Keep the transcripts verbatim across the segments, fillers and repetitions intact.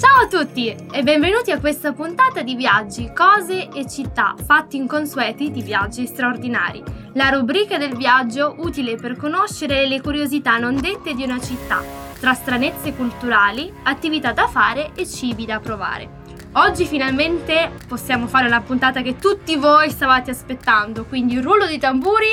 Ciao a tutti e benvenuti a questa puntata di Viaggi, cose e città, fatti inconsueti di viaggi straordinari. La rubrica del viaggio utile per conoscere le curiosità non dette di una città, tra stranezze culturali, attività da fare e cibi da provare. Oggi finalmente possiamo fare una puntata che tutti voi stavate aspettando, quindi rullo di tamburi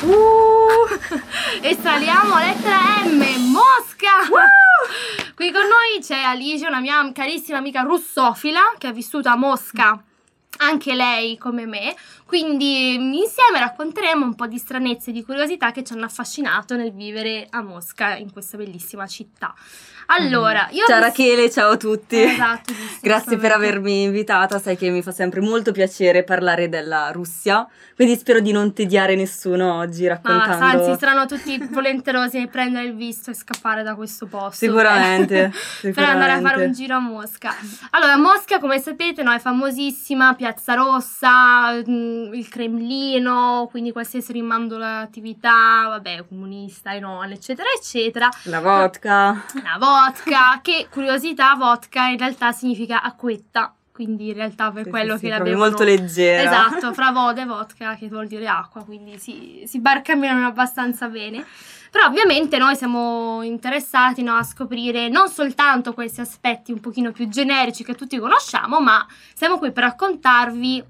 uh, e saliamo lettera M, Mosca! Uh! Qui con noi c'è Alice, una mia carissima amica russofila che ha vissuto a Mosca, anche lei come me, quindi insieme racconteremo un po' di stranezze e di curiosità che ci hanno affascinato nel vivere a Mosca, in questa bellissima città. Allora, io ciao vis- Rachele, ciao a tutti. Esatto, giusto, Grazie per avermi invitata, sai che mi fa sempre molto piacere parlare della Russia, quindi spero di non tediare nessuno oggi raccontando. Ah, anzi, saranno tutti volenterosi a prendere il visto e scappare da questo posto. Sicuramente, per, sicuramente. per andare a fare un giro a Mosca. Allora, Mosca, come sapete, no, è famosissima, Piazza Rossa, il Cremlino, quindi qualsiasi rimando all'attività, vabbè, comunista e non, eccetera, eccetera. La vodka. La vodka, che curiosità, vodka in realtà significa acquetta. Quindi in realtà per sì, quello sì, che sì, la proprio bevono molto leggera. Esatto, fra voda e vodka, che vuol dire acqua, quindi si, si barcamenano abbastanza bene. Però ovviamente noi siamo interessati, no, a scoprire non soltanto questi aspetti un pochino più generici che tutti conosciamo, ma siamo qui per raccontarvi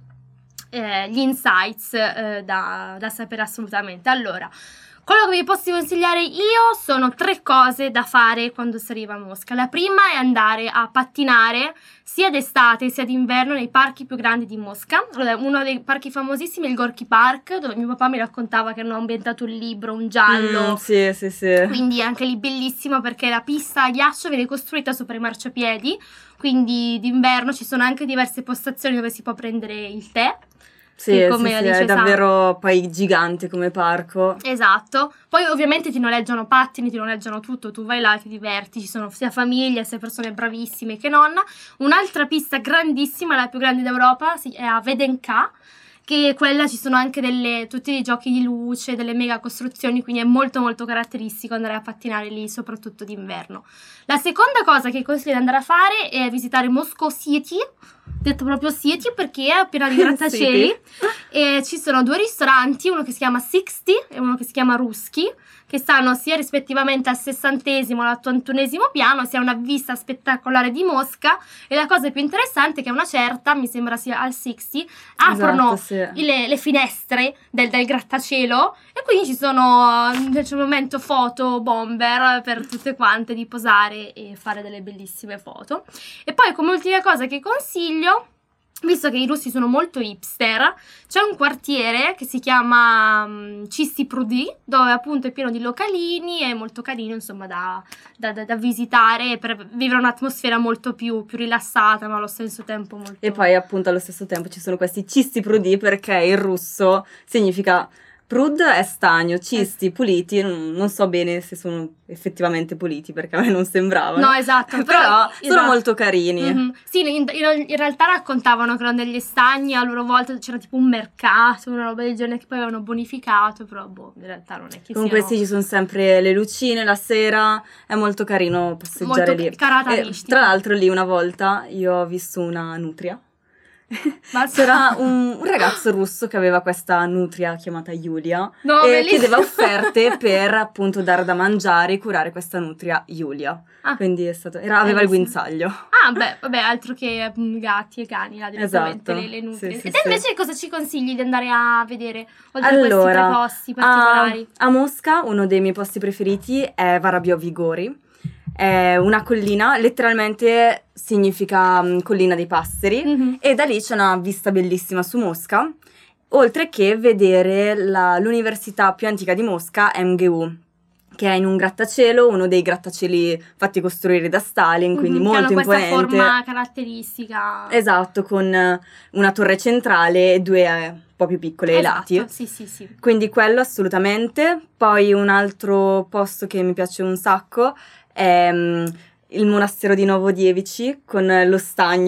eh, gli insights eh, da, da sapere assolutamente. Allora, quello che vi posso consigliare io sono tre cose da fare quando si arriva a Mosca. La prima è andare a pattinare sia d'estate sia d'inverno nei parchi più grandi di Mosca. Allora, uno dei parchi famosissimi è il Gorky Park, dove mio papà mi raccontava che hanno ambientato un libro, un giallo. Mm, sì, sì, sì. Quindi anche lì bellissimo perché la pista a ghiaccio viene costruita sopra i marciapiedi, quindi d'inverno ci sono anche diverse postazioni dove si può prendere il tè. Sì, come sì, sì, Alice è sa. davvero poi gigante come parco. Esatto, poi ovviamente ti noleggiano pattini, ti noleggiano tutto, tu vai là, ti diverti, ci sono sia famiglie sia persone bravissime che non. Un'altra pista grandissima, la più grande d'Europa, è a Vedenka, che quella ci sono anche delle, tutti i giochi di luce, delle mega costruzioni, quindi è molto molto caratteristico andare a pattinare lì, soprattutto d'inverno. La seconda cosa che consiglio di andare a fare è visitare Moscow City, detto proprio City perché è appena di grattacieli e ci sono due ristoranti, uno che si chiama sessanta e uno che si chiama Ruski, che stanno sia rispettivamente al sessantesimo e all'ottantunesimo piano, sia una vista spettacolare di Mosca, e la cosa più interessante è che a una certa, mi sembra sia al sessanta, aprono esatto, sì. le, le finestre del, del grattacielo e quindi ci sono nel momento foto bomber per tutte quante di posare e fare delle bellissime foto. E poi come ultima cosa che consiglio, visto che i russi sono molto hipster, c'è un quartiere che si chiama um, Chisti Prudi, dove appunto è pieno di localini, è molto carino insomma da, da, da, da visitare per vivere un'atmosfera molto più, più rilassata, ma allo stesso tempo molto... E poi appunto allo stesso tempo ci sono questi cisti prudi perché in russo significa... Prud è stagno, cisti, puliti, non, non so bene se sono effettivamente puliti perché a me non sembravano. No, esatto. Però, però sono esatto. molto carini. Mm-hmm. Sì, in, in, in realtà raccontavano che erano degli stagni, a loro volta c'era tipo un mercato, una roba del genere che poi avevano bonificato, però boh, in realtà non è che Comunque siano... sì, ci sono sempre le lucine la sera, è molto carino passeggiare molto lì. E, tra l'altro lì una volta io ho visto una nutria. Ma c'era un, un ragazzo russo che aveva questa nutria chiamata Yulia no, e bellissimo. chiedeva offerte per appunto dare da mangiare e curare questa nutria Yulia. Ah, quindi è stato, era, aveva bellissimo. Il guinzaglio. Ah beh, vabbè, altro che um, gatti e cani, là direttamente esatto. le, le nutrie. Sì, sì, e te sì. invece cosa ci consigli di andare a vedere oltre allora, a questi tre posti particolari? A, a Mosca uno dei miei posti preferiti è Varabiov Gori. È una collina, letteralmente significa um, collina dei passeri, mm-hmm. e da lì c'è una vista bellissima su Mosca, oltre che vedere la, l'università più antica di Mosca, M G U, che è in un grattacielo, uno dei grattacieli fatti costruire da Stalin, quindi mm-hmm, molto che hanno imponente. Questa forma caratteristica. Esatto, con una torre centrale e due eh, un po' più piccole esatto, ai lati. Sì, sì, sì. Quindi quello assolutamente. Poi un altro posto che mi piace un sacco è um, il monastero di Novodevichy con lo stagno,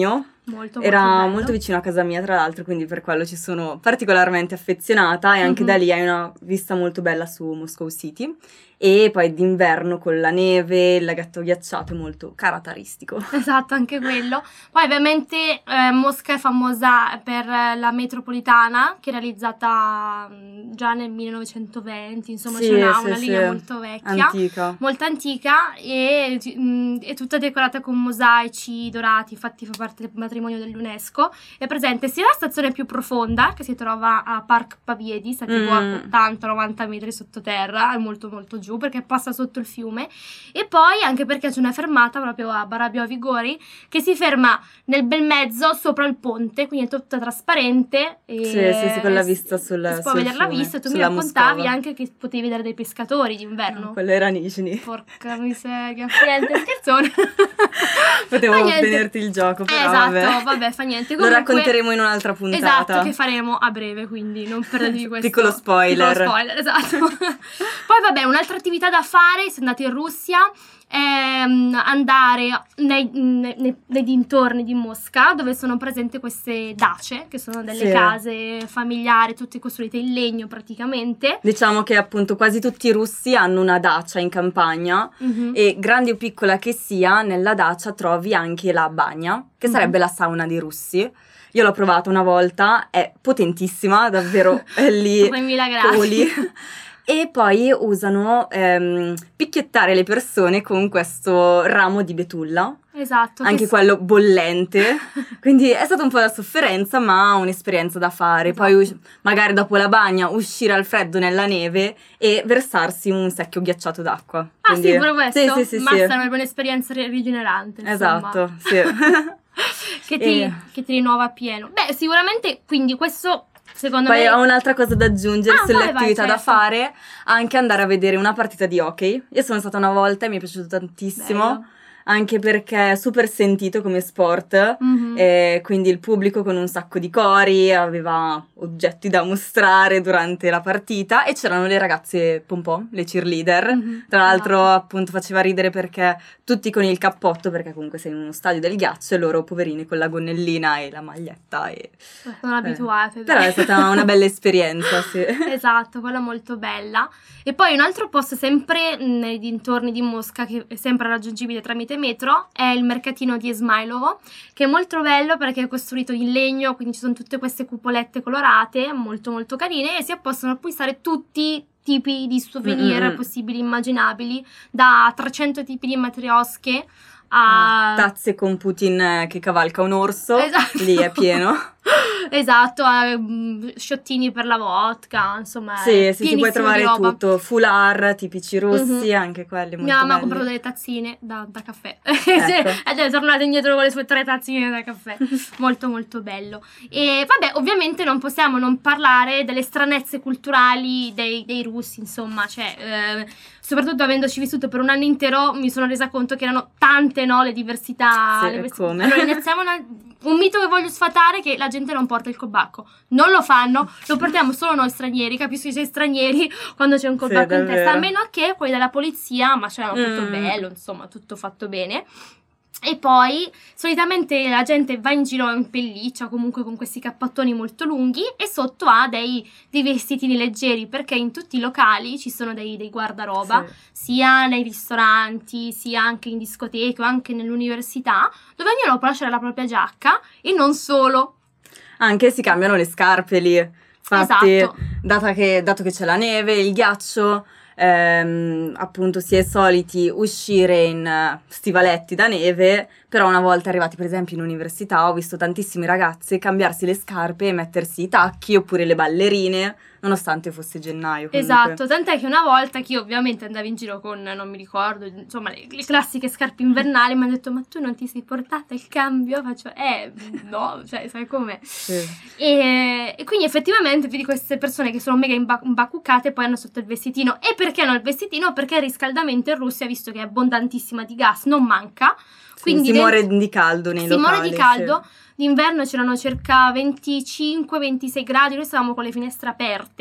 Molto, Era molto bello. molto vicino a casa mia, tra l'altro, quindi per quello ci sono particolarmente affezionata e anche Mhm. da lì hai una vista molto bella su Moscow City. E poi d'inverno con la neve, il laghetto ghiacciato, è molto caratteristico. Esatto, anche quello. Poi ovviamente eh, Mosca è famosa per la metropolitana, che è realizzata mh, già nel millenovecentoventi, insomma Sì, c'è una, sì, una sì. linea molto vecchia, Antica. molto antica e mh, è tutta decorata con mosaici dorati, infatti fa parte del patrimonio dell'UNESCO. È presente sia la stazione più profonda, che si trova a Park Paviedi, sta tipo a Mm. ottanta novanta metri sottoterra, è molto molto giù perché passa sotto il fiume, e poi anche perché c'è una fermata proprio a Barabio Vigori che si ferma nel bel mezzo sopra il ponte, quindi è tutta trasparente e Sì, sì, sì, con la e vista si- sul- si può sul vedere la fiume, vista. Tu mi sulla raccontavi Moscova. anche che potevi vedere dei pescatori No, d'inverno. quello era Nizhny. Porca miseria, niente, scherzone. Potevo Fa niente. tenerti il gioco, però Eh, esatto, vabbè. vabbè, fa niente. Lo Comunque- racconteremo in un'altra puntata. Esatto, che faremo a breve, quindi non perdetevi questo Piccolo spoiler. piccolo spoiler, esatto. Poi vabbè, un'altra attività da fare se andate in Russia è mm, andare nei, nei- nei- nei dintorni di Mosca, dove sono presenti queste dace, che sono delle Sì. case familiari, tutte costruite in legno praticamente. Diciamo che appunto quasi tutti i russi hanno una dacia in campagna Mhm. e grande o piccola che sia, nella dacia trovi anche la bagna, che Mhm. sarebbe la sauna dei russi. Io l'ho provata una volta, è potentissima, davvero, è lì, tremila gradi. coli. E poi usano ehm, picchiettare le persone con questo ramo di betulla, Esatto. che anche s- quello bollente, quindi è stata un po' la sofferenza, ma un'esperienza da fare. Poi Esatto. us- magari dopo la bagna uscire al freddo nella neve e versarsi un secchio ghiacciato d'acqua. Ah Quindi- sì, pure questo? Sì, sì, sì, Ma sì. sarebbe un'esperienza ri- rigenerante, insomma. Esatto, sì. che, ti, E- che ti rinnova appieno. Beh, sicuramente, quindi questo secondo Poi me... ho un'altra cosa da aggiungere Ah, sulle vai, vai, attività da certo. fare, anche andare a vedere una partita di hockey. Io sono stata una volta e mi è piaciuto tantissimo, Bello. anche perché è super sentito come sport. Mhm. E quindi il pubblico con un sacco di cori aveva oggetti da mostrare durante la partita e c'erano le ragazze pompon, le cheerleader. Mhm. Tra l'altro Esatto. appunto faceva ridere perché tutti con il cappotto, perché comunque sei in uno stadio del ghiaccio e loro poverini con la gonnellina e la maglietta. E... Sono abituate. Però dai. è stata una bella esperienza, sì. Esatto, quella molto bella. E poi un altro posto sempre nei dintorni di Mosca, che è sempre raggiungibile tramite metro, è il mercatino di Esmailovo, che è molto bello perché è costruito in legno, quindi ci sono tutte queste cupolette colorate, molto molto carine, e si possono acquistare tutti i tipi di souvenir Mm-mm. possibili e immaginabili, da trecento tipi di matriosche a... Tazze con Putin eh, che cavalca un orso, Esatto. lì è pieno. Esatto, a, mm, sciottini per la vodka, insomma, Sì, è sì, si puoi pienissimo trovare di roba. tutto, foulard tipici russi, Mhm. anche quelli molto Mia mamma ha belli. comprato delle tazzine da, da caffè. Ecco. Ed è tornata indietro con le sue tre tazzine da caffè. Molto molto bello. E vabbè, ovviamente non possiamo non parlare delle stranezze culturali dei, dei russi, insomma, cioè, eh, soprattutto avendoci vissuto per un anno intero, mi sono resa conto che erano tante, no, le diversità. Sì, le diversità. come? Allora, iniziamo una- un mito che voglio sfatare è che la gente non porta il cobacco. Non lo fanno, lo portiamo solo noi stranieri. Capisco che sei stranieri quando c'è un Sì, cobacco in davvero. testa, a meno che quelli della polizia, ma c'erano tutto Mm. bello, insomma, tutto fatto bene. E poi solitamente la gente va in giro in pelliccia, comunque con questi cappottoni molto lunghi, e sotto ha dei, dei vestitini leggeri, perché in tutti i locali ci sono dei, dei guardaroba, Sì. sia nei ristoranti, sia anche in discoteche o anche nell'università, dove ognuno può lasciare la propria giacca e non solo. Anche si cambiano le scarpe lì. Infatti, Esatto. data che- dato che c'è la neve, il ghiaccio, ehm, appunto si è soliti uscire in eh, stivaletti da neve, però una volta arrivati per esempio in università ho visto tantissime ragazze cambiarsi le scarpe e mettersi i tacchi oppure le ballerine, nonostante fosse gennaio comunque. Esatto, tant'è che una volta che io ovviamente andavo in giro con, non mi ricordo, insomma le, le classiche scarpe invernali, mi hanno detto ma tu non ti sei portata il cambio? Faccio eh no, cioè sai com'è. Sì. E, e quindi effettivamente vedi queste persone che sono mega imba- imbacuccate e poi hanno sotto il vestitino. E perché hanno il vestitino? Perché il riscaldamento in Russia, visto che è abbondantissima di gas, non manca. Sì, Quindi si dent- muore di caldo nei si locali. muore di caldo. sì. D'inverno c'erano circa venticinque ventisei gradi, noi stavamo con le finestre aperte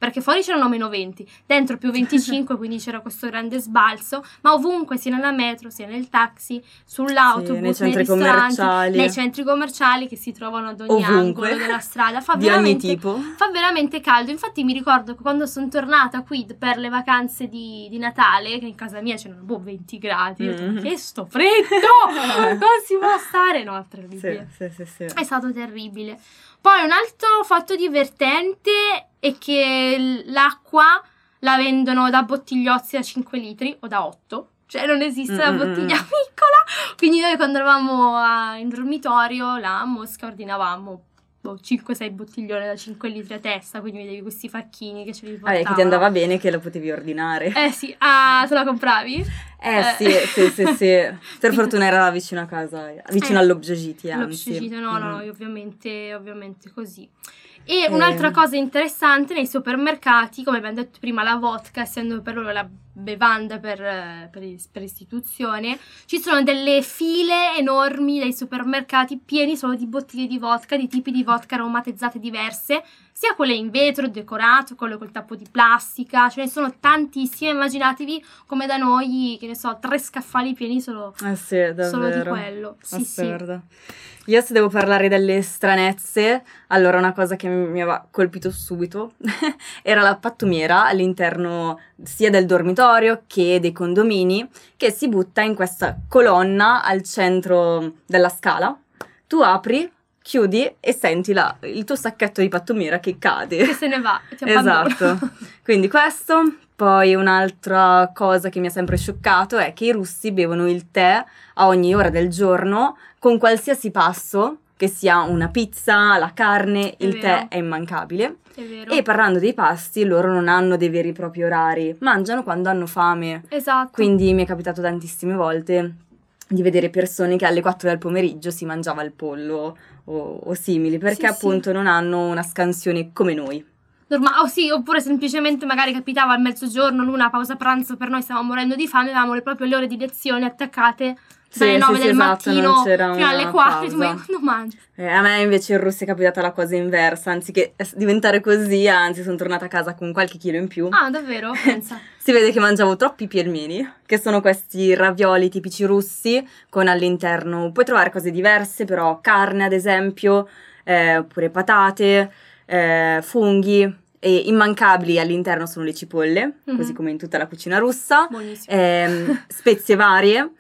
perché fuori c'erano meno venti, dentro più venticinque, quindi c'era questo grande sbalzo, ma ovunque, sia nella metro, sia nel taxi, sull'autobus, sì, nei centri nei commerciali, nei centri commerciali che si trovano ad ogni ovunque, angolo della strada, fa di veramente, ogni tipo. fa veramente caldo. Infatti mi ricordo che quando sono tornata qui per le vacanze di, di Natale, che in casa mia c'erano boh, venti gradi, io ho detto, Mm. ma che sto freddo, non si può stare, no, terribile. Sì, sì, sì, sì. È stato terribile. Poi un altro fatto divertente è che l'acqua la vendono da bottigliozzi da cinque litri o da otto, cioè non esiste la Mm-mm. bottiglia piccola, quindi noi quando eravamo a- in dormitorio là a Mosca ordinavamo boh, cinque sei bottiglioni da cinque litri a testa, quindi vedevi questi facchini che ce li portavano. Vabbè, che ti andava bene, che lo potevi ordinare. Eh sì, ah, te la compravi? Eh sì, sì, sì, sì. Per fortuna era vicino a casa, vicino Eh, all'Obgiagiti, anzi. L'Obgiagiti, no, no, Mm. ovviamente, ovviamente così. E Eh. un'altra cosa interessante nei supermercati, come abbiamo detto prima, la vodka, essendo per loro la bevanda per, eh, per, is- per istituzione, ci sono delle file enormi dai supermercati pieni solo di bottiglie di vodka, di tipi di vodka aromatizzate diverse, sia quelle in vetro, decorato, quelle col tappo di plastica, ce ne sono tantissime, immaginatevi come da noi, che ne so, tre scaffali pieni solo, Eh sì, davvero. solo di quello. Sì, sì. Assurdo. Io se devo parlare delle stranezze, allora una cosa che mi aveva colpito subito era la pattumiera all'interno sia del dormitorio che dei condomini, che si butta in questa colonna al centro della scala. Tu apri, chiudi e senti la- il tuo sacchetto di pattumiera che cade. Che se ne va, ti abbandona. Esatto. Quindi questo. Poi un'altra cosa che mi ha sempre scioccato è che i russi bevono il tè a ogni ora del giorno con qualsiasi pasto, che sia una pizza, la carne, È il vero. tè è immancabile. È vero. E parlando dei pasti, loro non hanno dei veri e propri orari, mangiano quando hanno fame. Esatto. Quindi mi è capitato tantissime volte di vedere persone che alle quattro del pomeriggio si mangiava il pollo o, o simili, perché Sì, sì. appunto non hanno una scansione come noi. Norma- oh sì, oppure semplicemente magari capitava al mezzogiorno, l'una pausa pranzo, per noi stavamo morendo di fame, avevamo le proprio le ore di lezione attaccate dalle Sì, nove sì, del sì, esatto, non mattino c'era fino alle una quattro, pausa. ma io quando mangio? Eh, a me invece in Russia è capitata la cosa inversa, anziché es- diventare così, anzi sono tornata a casa con qualche chilo in più. Ah, davvero? Pensa. Si vede che mangiavo troppi pielmini, che sono questi ravioli tipici russi, con all'interno, puoi trovare cose diverse, però carne ad esempio, eh, oppure patate, eh, funghi, e immancabili all'interno sono le cipolle, Mhm. così come in tutta la cucina russa, Buonissimo. ehm, spezie varie,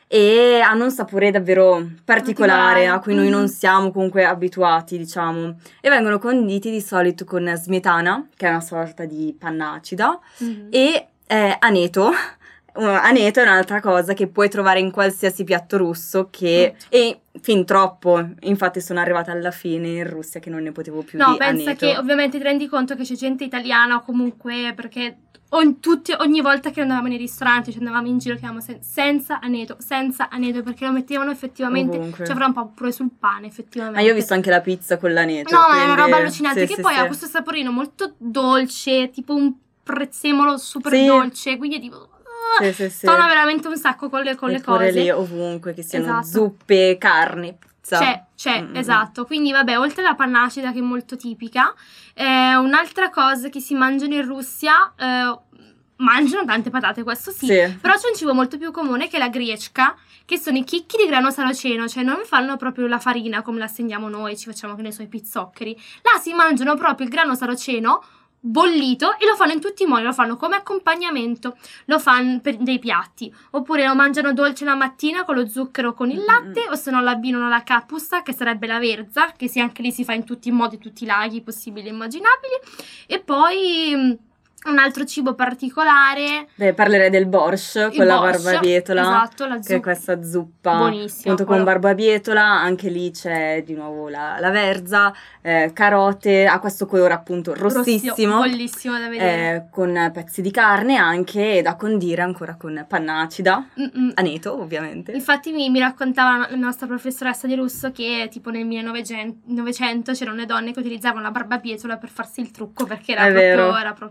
e hanno un sapore davvero particolare Particolare. a cui noi Mhm. non siamo comunque abituati, diciamo, e vengono conditi di solito con smetana, che è una sorta di panna acida, Mhm. e eh, aneto. Uh, Aneto è un'altra cosa che puoi trovare in qualsiasi piatto russo, che e fin troppo, infatti sono arrivata alla fine in Russia che non ne potevo più No, di pensa aneto. che ovviamente ti rendi conto che c'è gente italiana o comunque perché ogni, tutti, ogni volta che andavamo nei ristoranti, ci andavamo in giro, chiamavamo sen- senza aneto, senza aneto, perché lo mettevano effettivamente, Ovunque. ci avrà un po' pure sul pane effettivamente. Ma io ho visto anche la pizza con l'aneto. No, ma è una quindi- roba allucinante, sì, che sì, poi sì. ha questo saporino molto dolce, tipo un prezzemolo super Sì. dolce, quindi tipo... Sì, sì, sì. Stona veramente un sacco con le, con le Eppure cose. lì ovunque, che siano Esatto. zuppe, carne, pizza. C'è, c'è, Mm-mm. esatto. Quindi, vabbè, oltre alla panna acida che è molto tipica, eh, un'altra cosa che si mangiano in Russia, eh, mangiano tante patate, questo sì, Sì. però c'è un cibo molto più comune che è la griechka, che sono i chicchi di grano saraceno, cioè non fanno proprio la farina come la stendiamo noi, ci facciamo, che ne so, i pizzoccheri. Là si mangiano proprio il grano saraceno bollito e lo fanno in tutti i modi, lo fanno come accompagnamento, lo fanno per dei piatti, oppure lo mangiano dolce la mattina con lo zucchero o con il latte, Mm-mm. o se no l'abbinano alla kapusta, che sarebbe la verza, che sì, anche lì si fa in tutti i modi, tutti i laghi possibili e immaginabili. E poi mh, un altro cibo particolare, Beh, parlerei del borscht il con la borscht, barbabietola. esatto, la Che è zuppa, questa zuppa buonissima, appunto con quello- barbabietola, anche lì c'è di nuovo la, la verza, eh, carote, ha questo colore appunto rossissimo, bellissimo da vedere. eh, con pezzi di carne anche, e da condire ancora con panna acida, Mm-mm. aneto ovviamente. Infatti mi, mi raccontava la nostra professoressa di russo che tipo nel millenovecento c'erano le donne che utilizzavano la barbabietola per farsi il trucco perché era, È proprio, vero. era proprio rossa.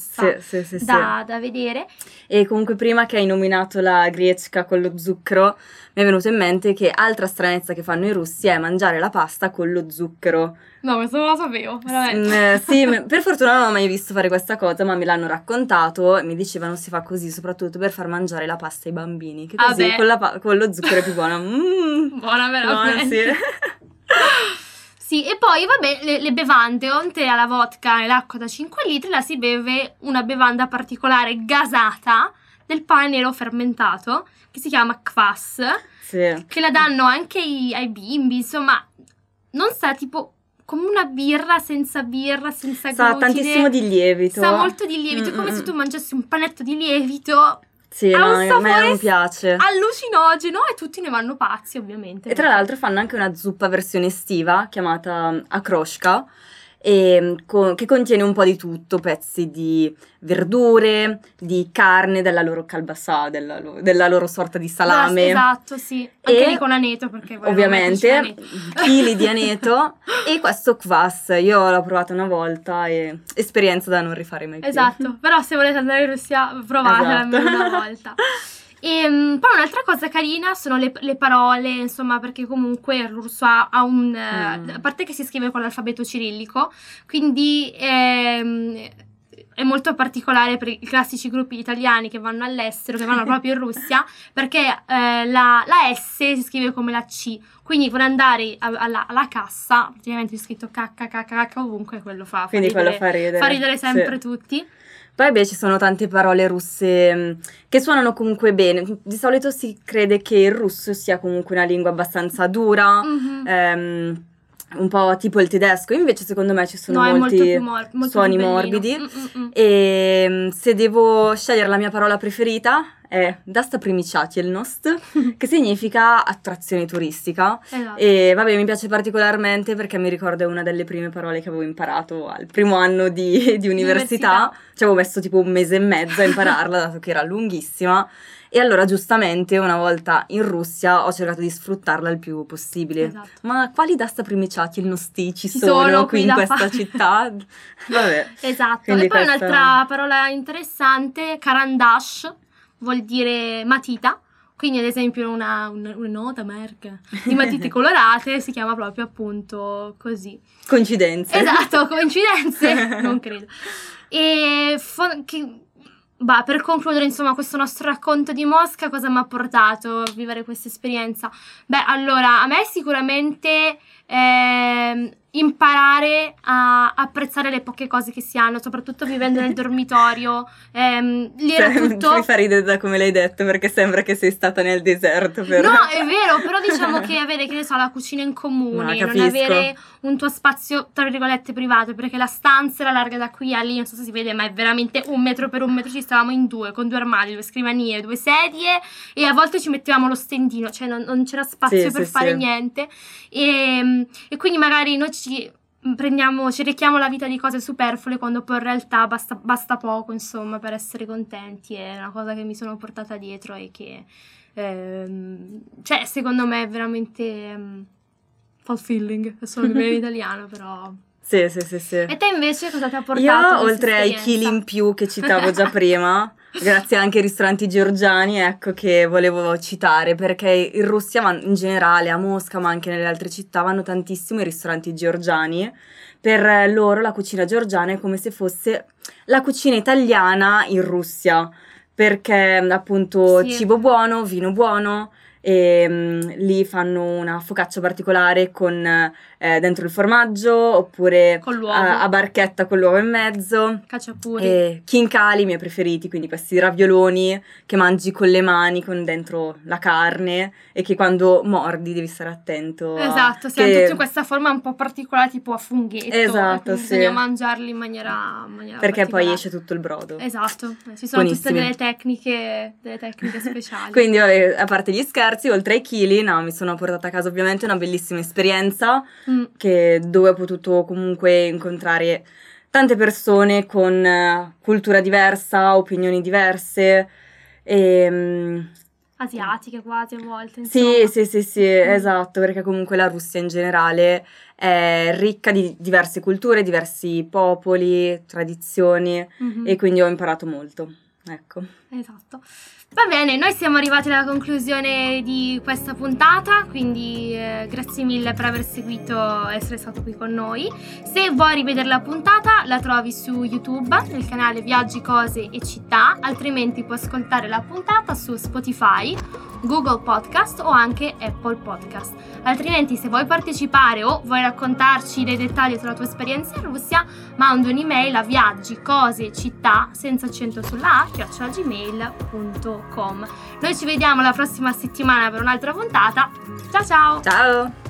grossa sì, sì, sì, da, sì. da vedere. E comunque prima che hai nominato la griecca con lo zucchero, mi è venuto in mente che altra stranezza che fanno i russi è mangiare la pasta con lo zucchero. No, questo non lo sapevo, veramente. S- eh, sì, m- per fortuna non ho mai visto fare questa cosa, ma me l'hanno raccontato e mi dicevano si fa così soprattutto per far mangiare la pasta ai bambini, che così Ah, beh. con, la pa- con lo zucchero è più buona. Mm, Buona veramente. buona, sì. Sì, e poi vabbè, le, le bevande, oltre alla vodka e l'acqua da cinque litri, la si beve una bevanda particolare gasata del pane nero fermentato, che si chiama kvass, Sì. che la danno anche ai, ai bimbi, insomma, non sa, tipo come una birra senza birra, senza Sa glutine. tantissimo di lievito. Sa molto di lievito, è come Mm, se mm, tu mangiassi un panetto di lievito. Sì, Ha no, un a me sapore non piace. allucinogeno e tutti ne vanno pazzi, ovviamente. E tra l'altro fanno anche una zuppa versione estiva chiamata mm, akroshka, e, co- che contiene un po' di tutto, pezzi di verdure, di carne, della loro kalbasa, della, lo- della loro sorta di salame. Esatto, sì. Anche E, lì con aneto, perché poi non ovviamente, mai cucina aneto. chili di aneto e questo kvass. Io l'ho provato una volta e esperienza da non rifare mai più. Esatto, però se volete andare in Russia provatela Esatto. almeno una volta. E um, poi un'altra cosa carina sono le, le parole, insomma, perché comunque il russo ha, ha un... eh, Mm. a parte che si scrive con l'alfabeto cirillico, quindi ehm, è molto particolare per i classici gruppi italiani che vanno all'estero, che vanno proprio in Russia, perché eh, la, la S si scrive come la C, quindi per andare a- alla, alla cassa, praticamente è scritto K K K K ovunque, quello fa, fa Quindi quello ridere, fa ridere. fa ridere sempre Sì. tutti. Poi beh, ci sono tante parole russe mh, che suonano comunque bene. Di solito si crede che il russo sia comunque una lingua abbastanza dura, Mhm. ehm, un po' tipo il tedesco, invece secondo me ci sono No, è molto molti più mor- molto suoni più bellino. morbidi. Mm, mm, mm. E mh, se devo scegliere la mia parola preferita è Dostoprimicatelnost, che significa attrazione turistica. Esatto. E vabbè, mi piace particolarmente perché mi ricorda una delle prime parole che avevo imparato al primo anno di, di università. Università. Ci avevo messo tipo un mese e mezzo a impararla, dato che era lunghissima. E allora, giustamente, una volta in Russia ho cercato di sfruttarla il più possibile. Esatto. Ma quali Dostoprimicatelnosti ci Ci sono, sono qui qui in da questa fare. città? Vabbè. Esatto. Quindi E poi questa- un'altra parola interessante, karandash, vuol dire matita. Quindi ad esempio una, un- una nota marca di matite colorate si chiama proprio appunto così. Coincidenze. Esatto, coincidenze? Non credo. E fo- che- bah, per concludere insomma questo nostro racconto di Mosca, cosa mi ha portato a vivere questa esperienza? Beh, allora, a me sicuramente ehm, imparare a apprezzare le poche cose che si hanno, soprattutto vivendo nel dormitorio. Ehm, lì era Cioè, tutto... mi fa ridere da come l'hai detto, perché sembra che sei stata nel deserto. Però. No, è vero, però diciamo che avere, che ne so, la cucina in comune, No, non capisco. avere un tuo spazio, tra virgolette, privato, perché la stanza era larga da qui a lì, non so se si vede, ma è veramente un metro per un metro, ci stavamo in due, con due armadi, due scrivanie, due sedie, e a volte ci mettevamo lo stendino, cioè non, non c'era spazio Sì, per sì, fare sì. niente, e, e quindi magari noi ci... prendiamo, ci richiamo la vita di cose superflue quando poi in realtà basta, basta poco, insomma, per essere contenti. È una cosa che mi sono portata dietro e che ehm, cioè secondo me è veramente ehm, fulfilling, è solo in italiano, però. Sì, sì, sì, sì. E te invece cosa ti ha portato Io, questa oltre ai esperienza? chili in più che citavo già prima, grazie anche ai ristoranti georgiani, ecco che volevo citare, perché in Russia, ma in generale a Mosca, ma anche nelle altre città, vanno tantissimo i ristoranti georgiani. Per loro la cucina georgiana è come se fosse la cucina italiana in Russia, perché appunto Sì. cibo buono, vino buono. E mm, lì fanno una focaccia particolare con eh, dentro il formaggio, oppure Con l'uovo. a, a barchetta con l'uovo in mezzo. Cacciapuri. E khinkali, i miei preferiti, quindi questi ravioloni che mangi con le mani, con dentro la carne, e che quando mordi devi stare attento a- Esatto, che- siamo tutti in questa forma un po' particolare, tipo a funghetto. Esatto, e quindi sì. bisogna mangiarli in maniera, in maniera perché poi particolare. esce tutto il brodo. Esatto, ci sono tutte Buonissimi. delle tecniche, delle tecniche speciali. Quindi, vabbè, a parte gli scherzi, oltre ai chili, no, mi sono portata a casa ovviamente una bellissima esperienza Mm, che, dove ho potuto comunque incontrare tante persone con eh, cultura diversa, opinioni diverse, e mm, asiatiche quasi a volte. Sì, insomma. sì, sì, sì, mm. esatto, perché comunque la Russia in generale è ricca di diverse culture, diversi popoli, tradizioni mm-hmm. e quindi ho imparato molto, ecco. Esatto. Va bene, noi siamo arrivati alla conclusione di questa puntata, quindi eh, grazie mille per aver seguito e essere stato qui con noi. Se vuoi rivedere la puntata la trovi su YouTube nel canale Viaggi, Cose e Città, altrimenti puoi ascoltare la puntata su Spotify, Google Podcast o anche Apple Podcast. Altrimenti se vuoi partecipare o vuoi raccontarci dei dettagli sulla tua esperienza in Russia, manda un'email a viaggi, cose, città senza accento sulla A chiocciola gmail punto com. Noi ci vediamo la prossima settimana per un'altra puntata. Ciao ciao! Ciao!